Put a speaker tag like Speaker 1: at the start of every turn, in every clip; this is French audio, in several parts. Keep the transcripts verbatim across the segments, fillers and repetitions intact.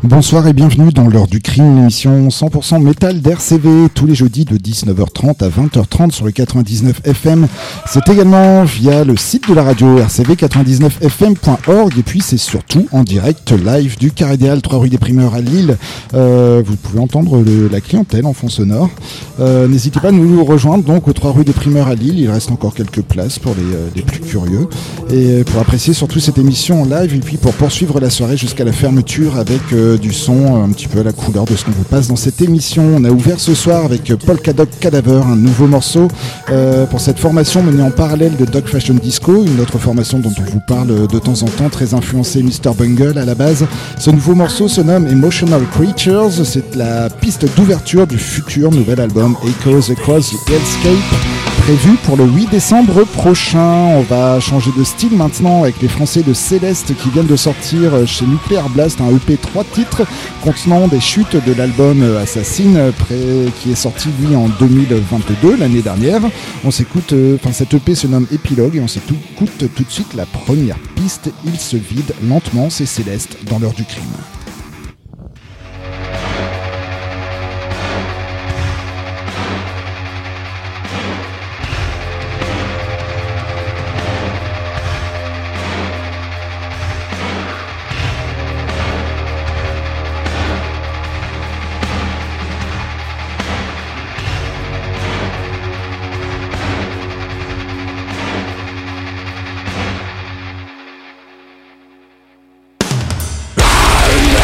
Speaker 1: Bonsoir et bienvenue dans l'heure du crime, l'émission cent pour cent métal d'R C V, tous les jeudis de dix-neuf heures trente à vingt heures trente sur le quatre-vingt-dix-neuf F M. C'est également via le site de la radio r c v quatre-vingt-dix-neuf f m point org et puis c'est surtout en direct live du Carré des Halles, trois rue des Primeurs à Lille. Euh, vous pouvez entendre le, la clientèle en fond sonore. Euh, n'hésitez pas à nous rejoindre donc aux trois rue des Primeurs à Lille, il reste encore quelques places pour les, euh, les plus curieux et pour apprécier surtout cette émission en live et puis pour poursuivre la soirée jusqu'à la fermeture avec euh, du son, un petit peu à la couleur de ce qu'on vous passe dans cette émission. On a ouvert ce soir avec Polka Dog Cadaver, un nouveau morceau euh, pour cette formation menée en parallèle de Dog Fashion Disco, une autre formation dont on vous parle de temps en temps, très influencée mister Bungle à la base. Ce nouveau morceau se nomme Emotional Creatures, c'est la piste d'ouverture du futur nouvel album Echoes Across the Landscape, prévu pour le huit décembre prochain. On va changer de style maintenant avec les Français de Céleste qui viennent de sortir chez Nuclear Blast un E P trois titres contenant des chutes de l'album Assassin qui est sorti lui en deux mille vingt-deux, l'année dernière. On s'écoute, enfin euh, cet E P se nomme Épilogue et on s'écoute tout de suite la première piste. Il se vide lentement, c'est Céleste dans l'heure du crime.
Speaker 2: I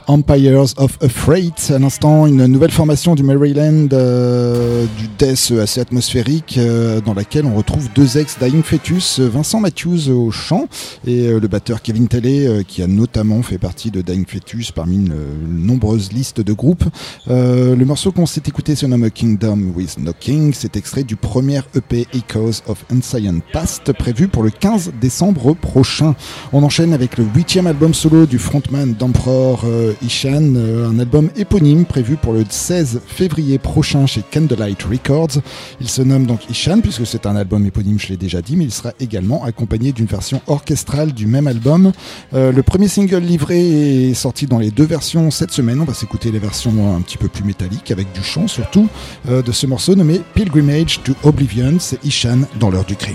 Speaker 1: Empires of a Freight. À l'instant, une nouvelle formation du Maryland, euh, du death assez atmosphérique, euh, dans laquelle on retrouve deux ex Dying Fetus, Vincent Matthews au chant et euh, le batteur Kevin Talley, euh, qui a notamment fait partie de Dying Fetus parmi une, une nombreuse liste de groupes. Euh, le morceau qu'on s'est écouté se nomme Kingdom with No King. C'est extrait du premier E P Echoes of Ancient Past, prévu pour le quinze décembre prochain. On enchaîne avec le huitième album solo du frontman d'Emperor, euh, Ishan, euh, un album éponyme prévu pour le seize février prochain chez Candlelight Records. Il se nomme donc Ishan puisque c'est un album éponyme, je l'ai déjà dit, mais il sera également accompagné d'une version orchestrale du même album. Euh, le premier single livré est sorti dans les deux versions cette semaine. On va s'écouter les versions un petit peu plus métalliques avec du chant surtout euh, de ce morceau nommé Pilgrimage to Oblivion. C'est Ishan dans l'heure du crime.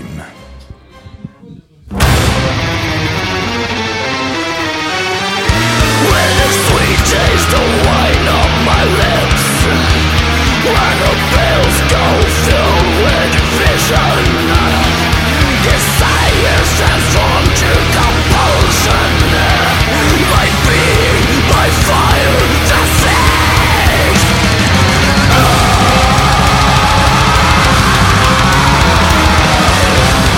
Speaker 2: Taste the wine on my lips when the pills go filled with vision. Desire transformed to compulsion. My being, my fire, the things. Oh.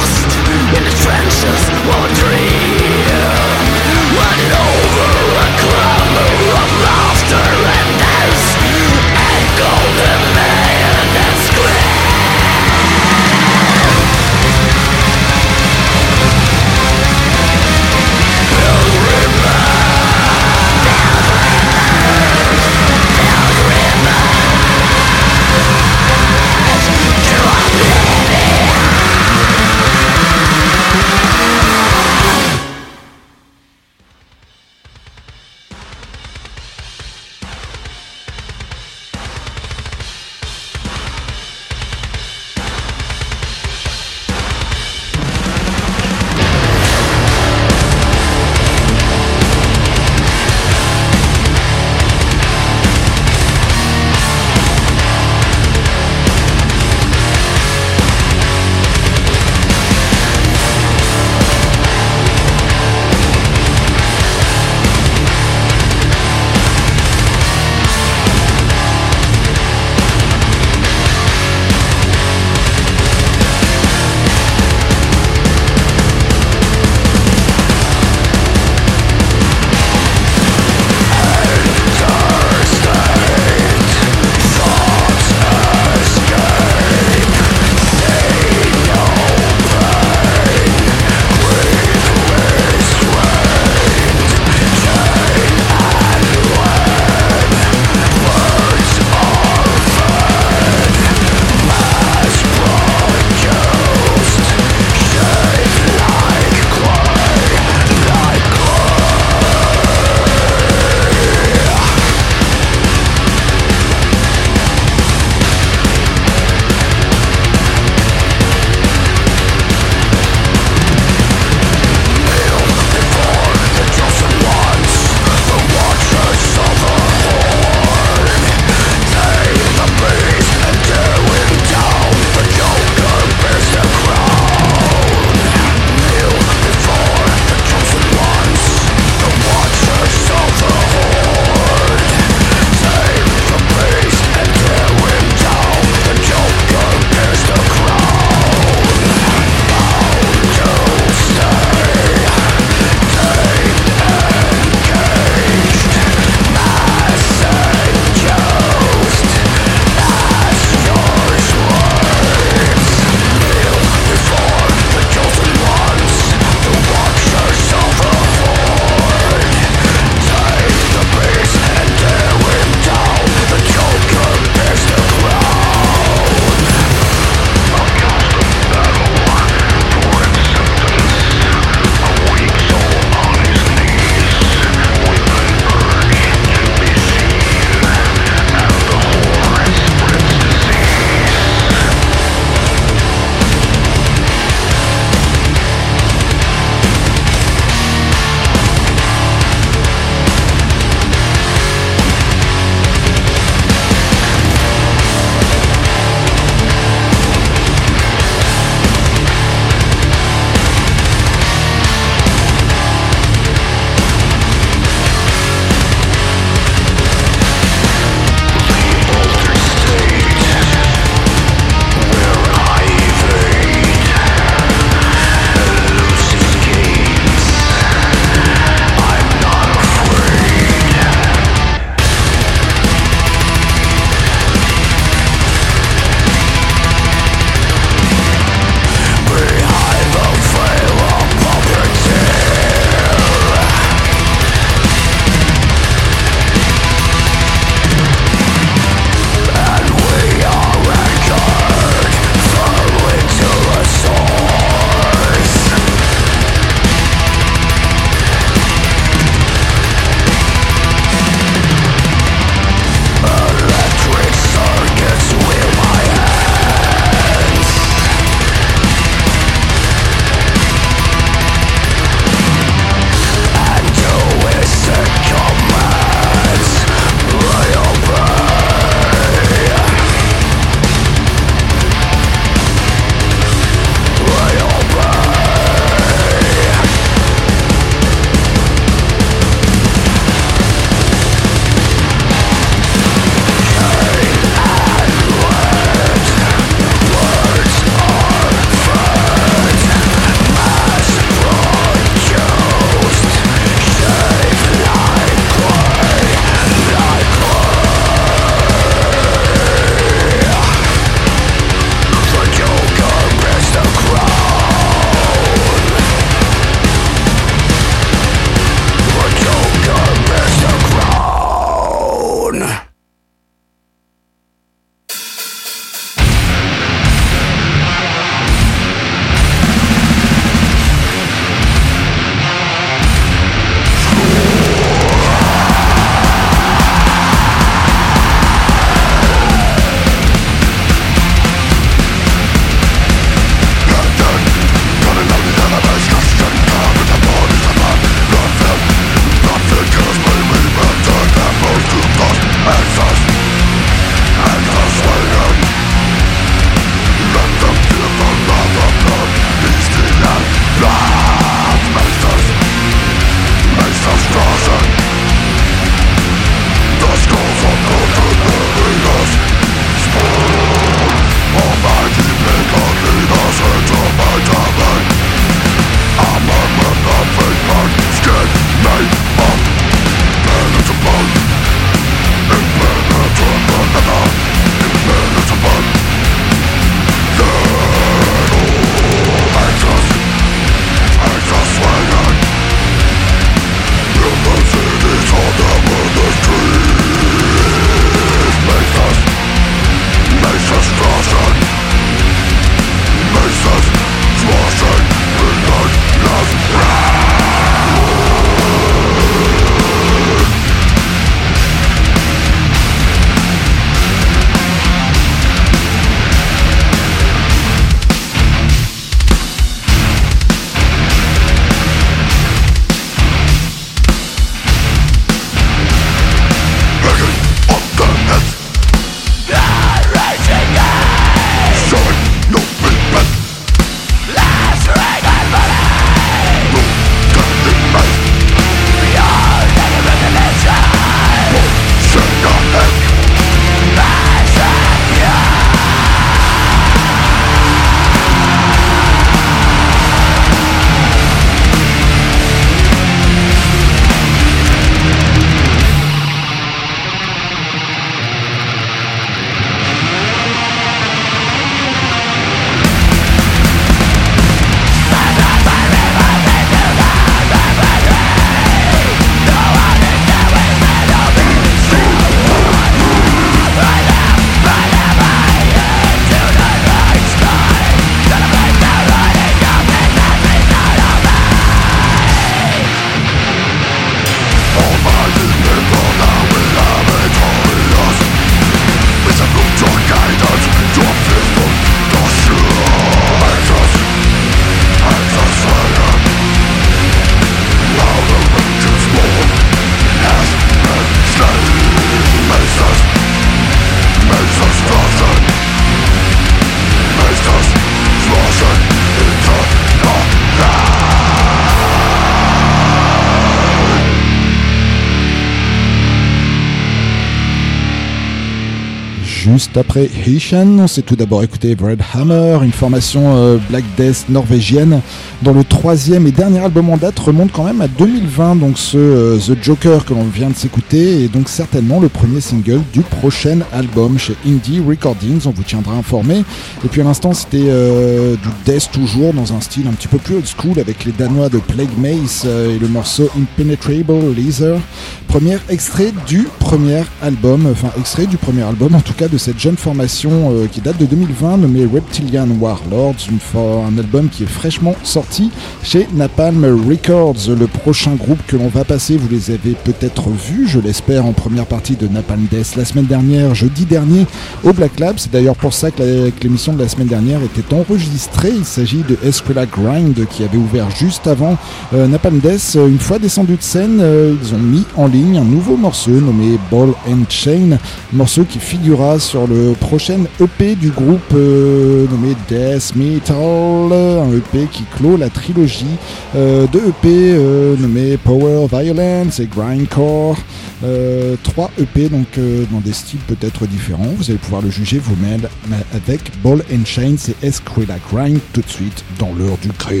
Speaker 1: juste après Haitian. On s'est tout d'abord écouté Bread Hammer, une formation euh, Black Death norvégienne dont le troisième et dernier album en date remonte quand même à deux mille vingt. Donc ce euh, The Joker que l'on vient de s'écouter est donc certainement le premier single du prochain album chez Indie Recordings. On vous tiendra informé. Et puis à l'instant c'était euh, du Death toujours dans un style un petit peu plus old school avec les Danois de Plague Mace euh, et le morceau Impenetrable Laser. Premier extrait du premier album, enfin extrait du premier album en tout cas de cette jeune formation euh, qui date de deux mille vingt nommée Reptilian Warlords, une for- un album qui est fraîchement sorti chez Napalm Records. Le prochain groupe que l'on va passer, vous les avez peut-être vus, je l'espère, en première partie de Napalm Death la semaine dernière, jeudi dernier au Black Lab. C'est d'ailleurs pour ça que, la, que l'émission de la semaine dernière était enregistrée. Il s'agit de Esquila Grind qui avait ouvert juste avant euh, Napalm Death. Une fois descendu de scène, euh, ils ont mis en ligne un nouveau morceau nommé Ball and Chain, morceau qui figurera sur le prochain E P du groupe euh, nommé Death Metal, un E P qui clôt la trilogie euh, de E P euh, nommé Power Violence et Grindcore. Euh, trois E P donc euh, dans des styles peut-être différents. Vous allez pouvoir le juger vous-même avec Ball and Chain. C'est Esquila Grind tout de suite dans l'heure du crime.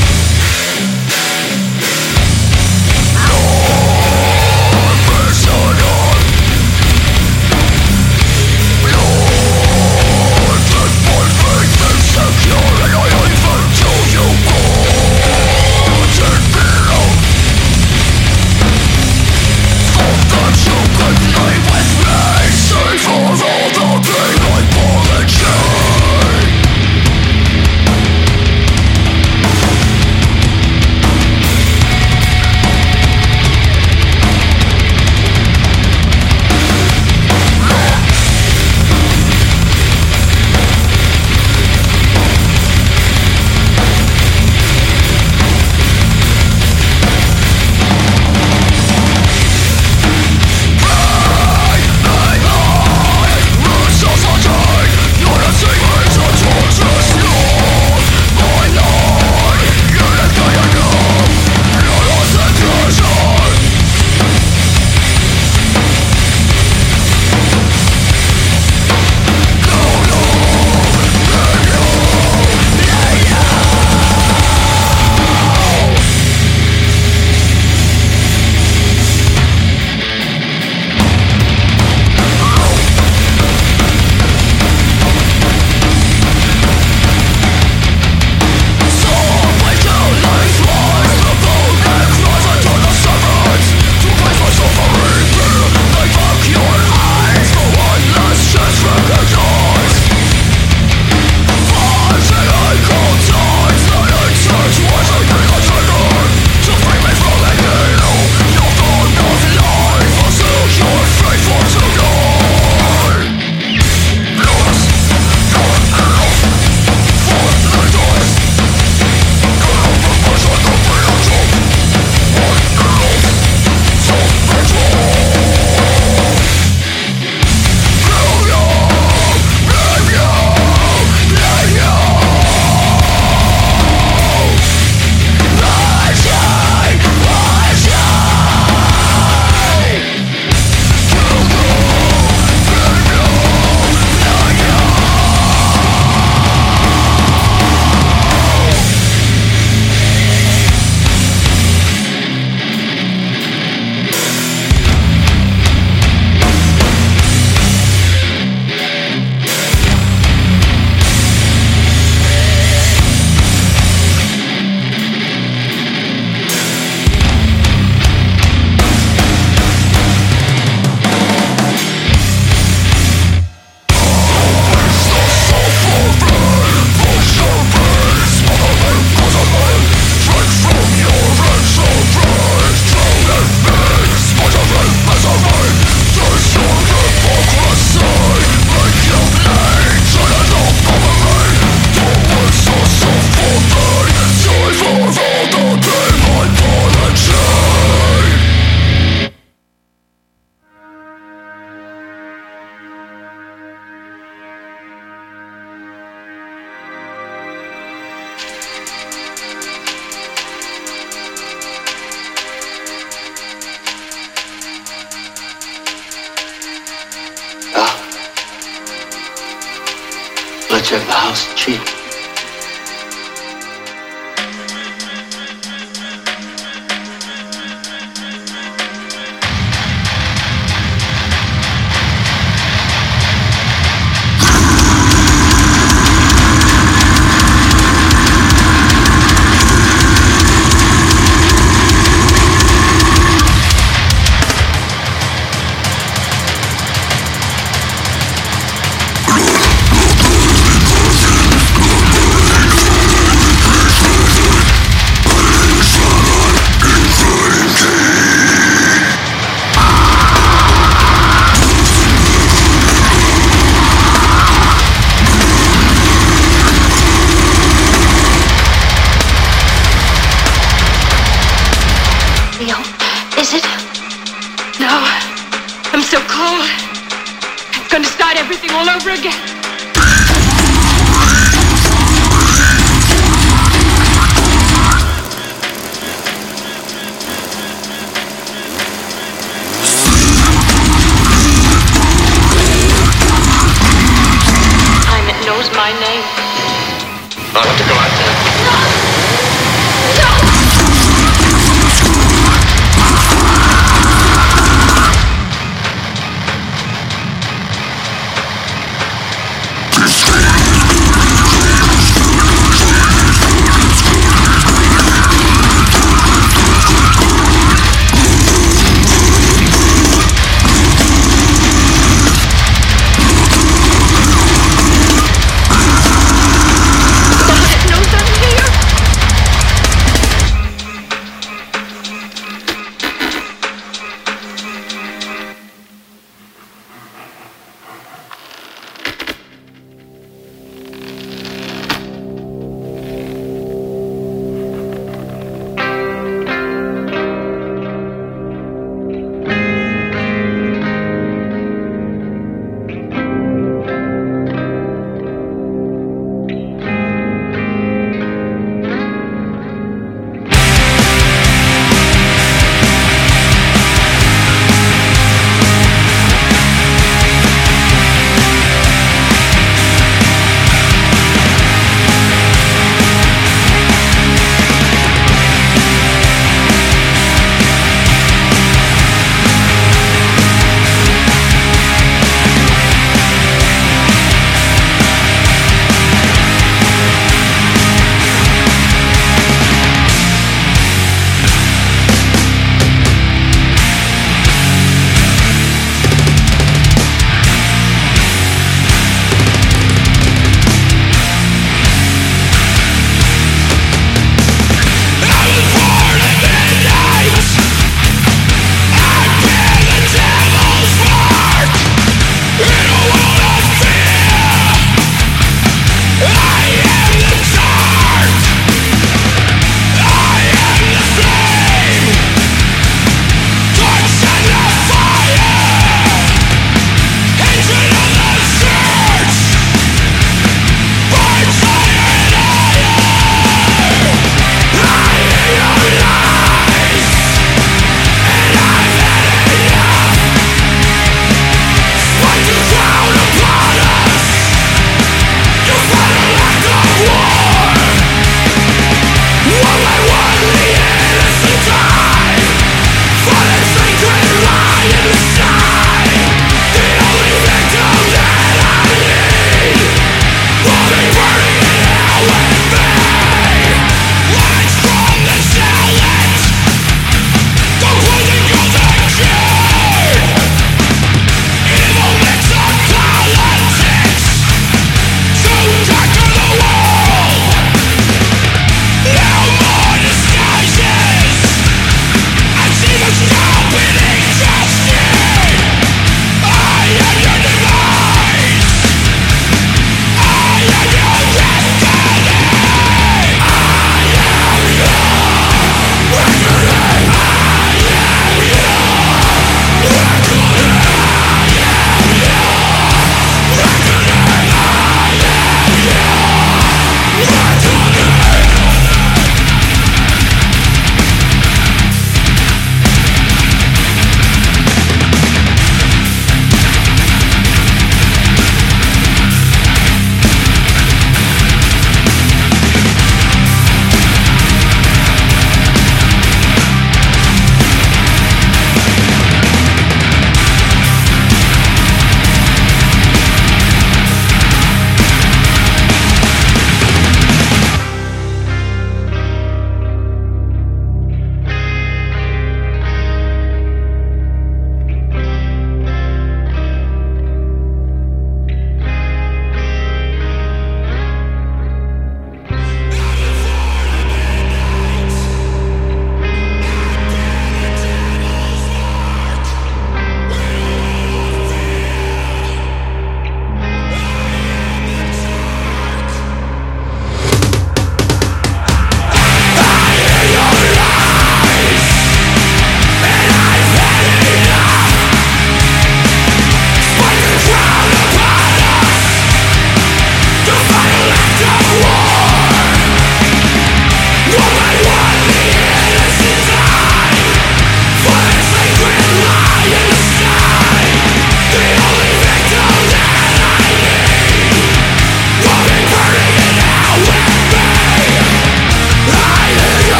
Speaker 2: Sorry.
Speaker 3: took the house cheap.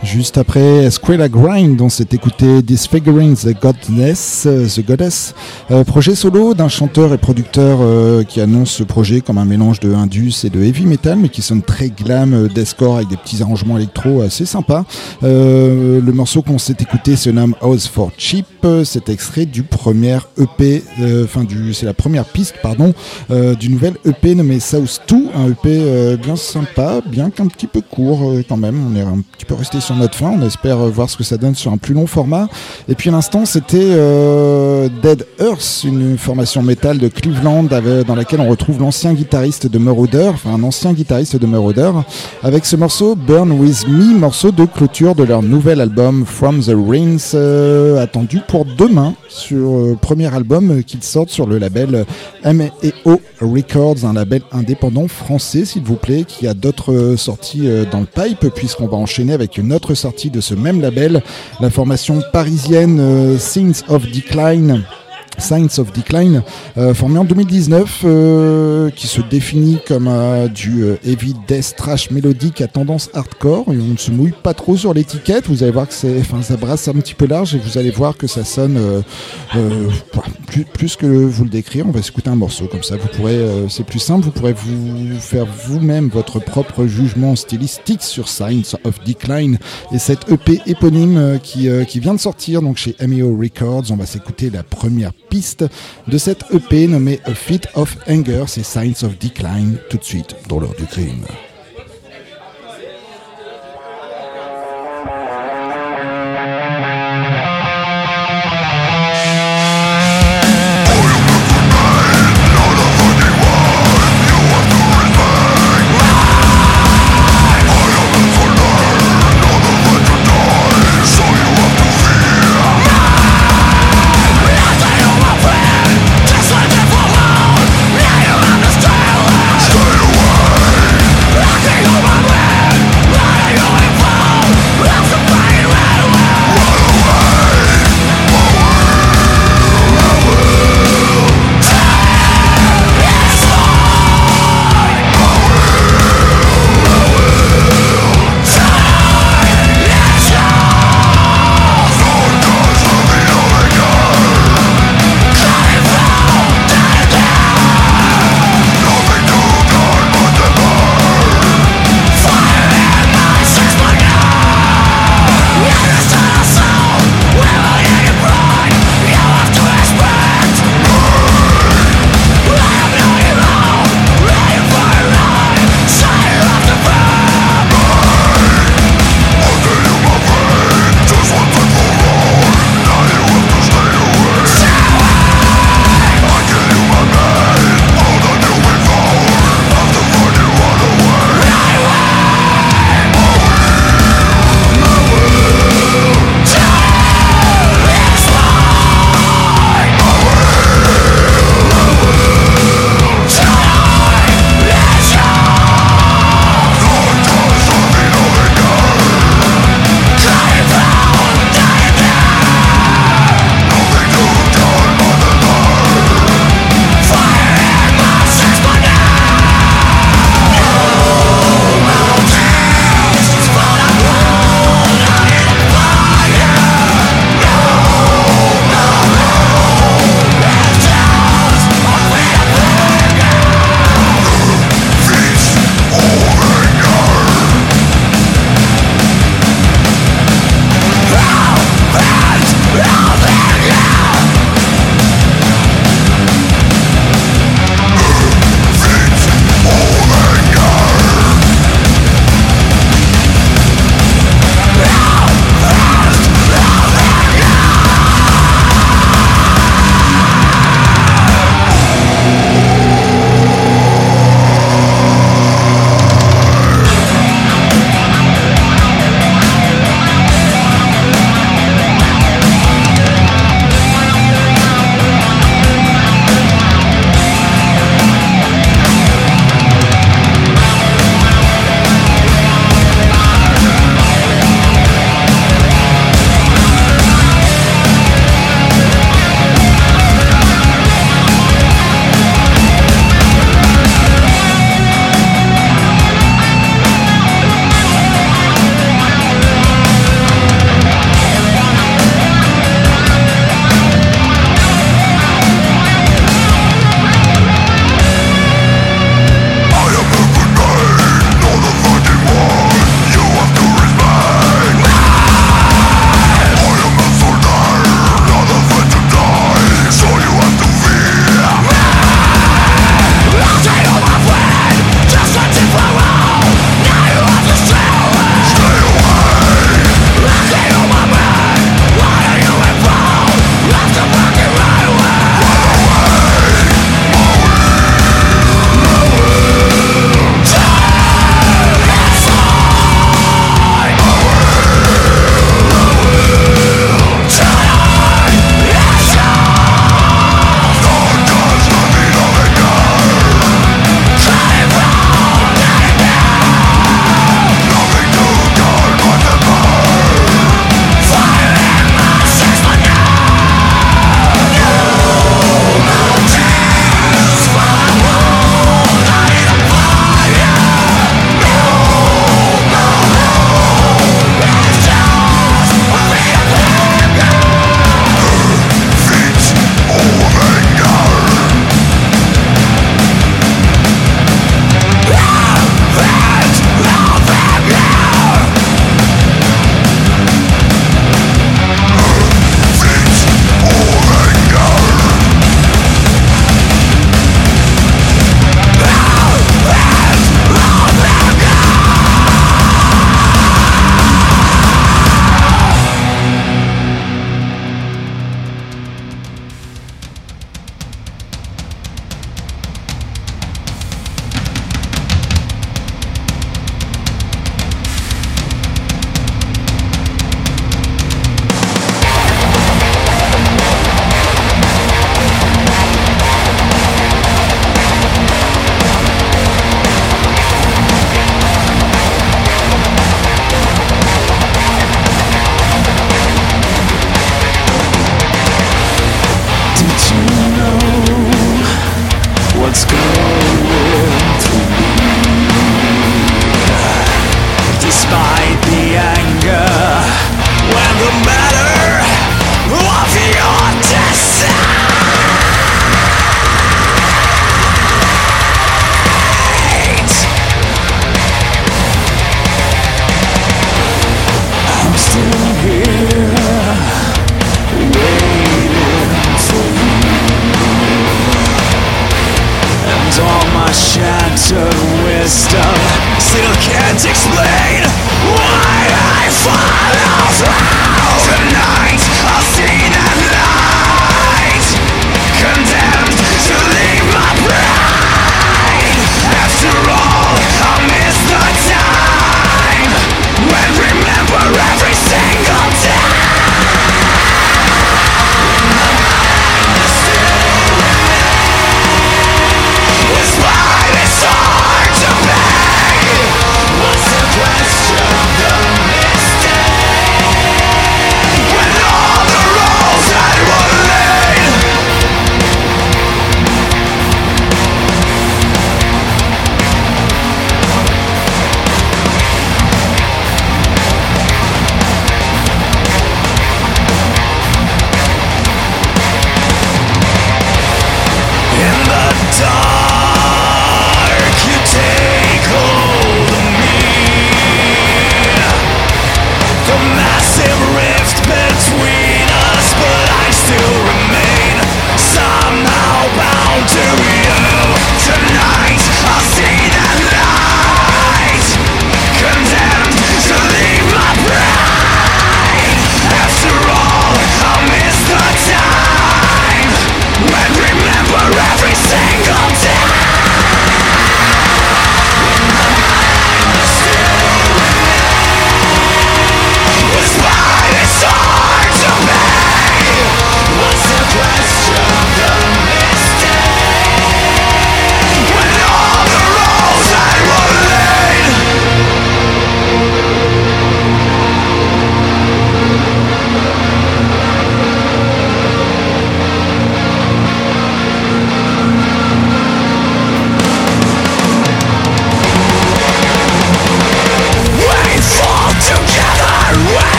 Speaker 1: Juste après Squella Grind, on s'est écouté Disfiguring the Goddess, uh, the Goddess, euh, projet solo d'un chanteur et producteur euh, qui annonce ce projet comme un mélange de indus et de heavy metal, mais qui sonne très glam, euh, deathcore avec des petits arrangements électro assez sympas. Euh, le morceau qu'on s'est écouté se nomme House for Cheap. C'est extrait du premier E P, enfin euh, du, c'est la première piste, pardon, euh, du nouvel E P nommé South deux, un E P euh, bien sympa, bien qu'un petit peu court euh, quand même. On est un petit peu resté sur notre fin. On espère voir ce que ça donne sur un plus long format. Et puis à l'instant, c'était euh, Dead Earth, une formation métal de Cleveland avec, dans laquelle on retrouve l'ancien guitariste de Marauder, enfin un ancien guitariste de Marauder, avec ce morceau Burn With Me, morceau de clôture de leur nouvel album From the Rings, euh, attendu pour demain sur euh, premier album euh, qu'ils sortent sur le label M et O Records, un label indépendant français s'il vous plaît, qui a d'autres euh, sorties euh, dans le pipe, puisqu'on va enchaîner avec une autre sortie de ce même label, la formation parisienne euh, Signs of Decline. Signs of Decline, euh, formé en deux mille dix-neuf, euh, qui se définit comme euh, du euh, heavy death trash mélodique à tendance hardcore, et on ne se mouille pas trop sur l'étiquette. Vous allez voir que c'est, enfin, ça brasse un petit peu large, et vous allez voir que ça sonne euh, euh, plus, plus que vous le décrire. On va s'écouter un morceau comme ça. Vous pourrez, euh, c'est plus simple, vous pourrez vous faire vous-même votre propre jugement stylistique sur Signs of Decline et cette E P éponyme euh, qui, euh, qui vient de sortir donc chez M et O Records. On va s'écouter la première piste de cette E P nommée A Fit of Anger, c'est Signs of Decline, tout de suite dans l'heure du crime.
Speaker 2: Stay away.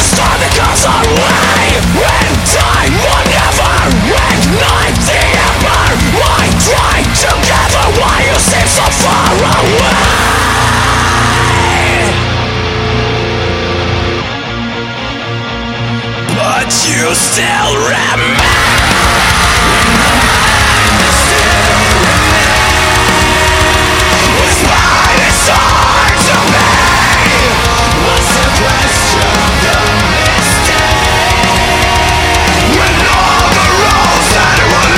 Speaker 2: You still remain. What's mine is hard to me. What's the question of mistake? When all the roads that were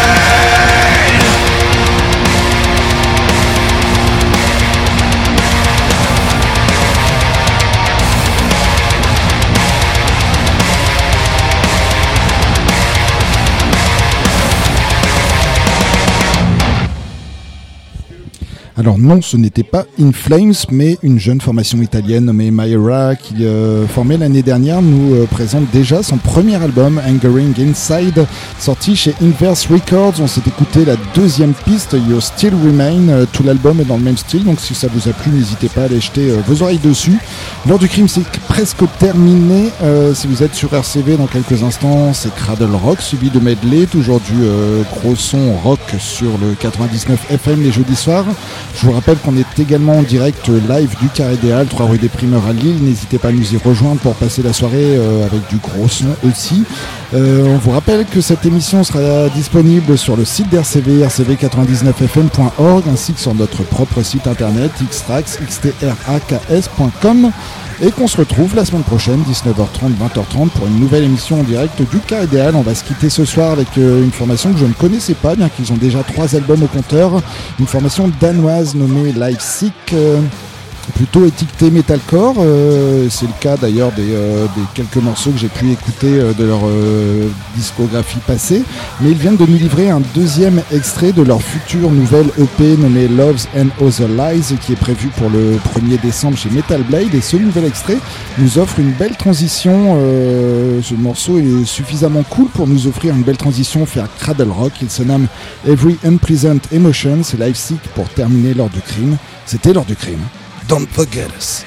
Speaker 1: Alors non, ce n'était pas In Flames, mais une jeune formation italienne nommée Myra qui, euh, formée l'année dernière, nous euh, présente déjà son premier album, Angering Inside, sorti chez Inverse Records. On s'est écouté la deuxième piste, You Still Remain. Euh, tout l'album est dans le même style, donc si ça vous a plu, n'hésitez pas à aller jeter euh, vos oreilles dessus. L'heure du crime, c'est presque terminé. Euh, si vous êtes sur R C V dans quelques instants, c'est Cradle Rock, suivi de medley, toujours du euh, gros son rock sur le quatre-vingt-dix-neuf F M les jeudis soirs. Je vous rappelle qu'on est également en direct live du Carré des Halles, trois rue des Primeurs à Lille. N'hésitez pas à nous y rejoindre pour passer la soirée euh, avec du gros son aussi. Euh, on vous rappelle que cette émission sera disponible sur le site d'R C V, r c v quatre-vingt-dix-neuf f m point org, ainsi que sur notre propre site internet, xtrax point com. Et qu'on se retrouve la semaine prochaine, dix-neuf heures trente, vingt heures trente, pour une nouvelle émission en direct du Carré des Halles. On va se quitter ce soir avec euh, une formation que je ne connaissais pas, bien qu'ils ont déjà trois albums au compteur. Une formation danoise nommée Leipzig, euh, plutôt étiqueté metalcore. Euh, c'est le cas d'ailleurs des, euh, des quelques morceaux que j'ai pu écouter euh, de leur euh, discographie passée. Mais ils viennent de nous livrer un deuxième extrait de leur future nouvelle E P nommée Loves and Other Lies, qui est prévu pour le premier décembre chez Metal Blade. Et ce nouvel extrait nous offre une belle transition. Euh, ce morceau est suffisamment cool pour nous offrir une belle transition vers Cradle Rock. Il se nomme Every Unpleasant Emotion. C'est Leipzig pour terminer l'heure du crime. C'était l'heure du crime. Don't forget us.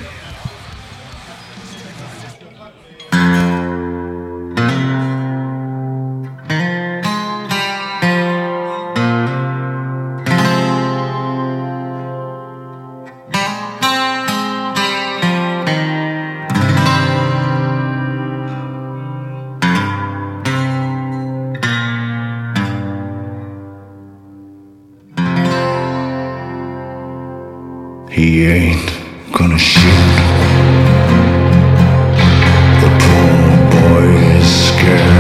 Speaker 3: He ain't gonna shoot. The poor boy is scared.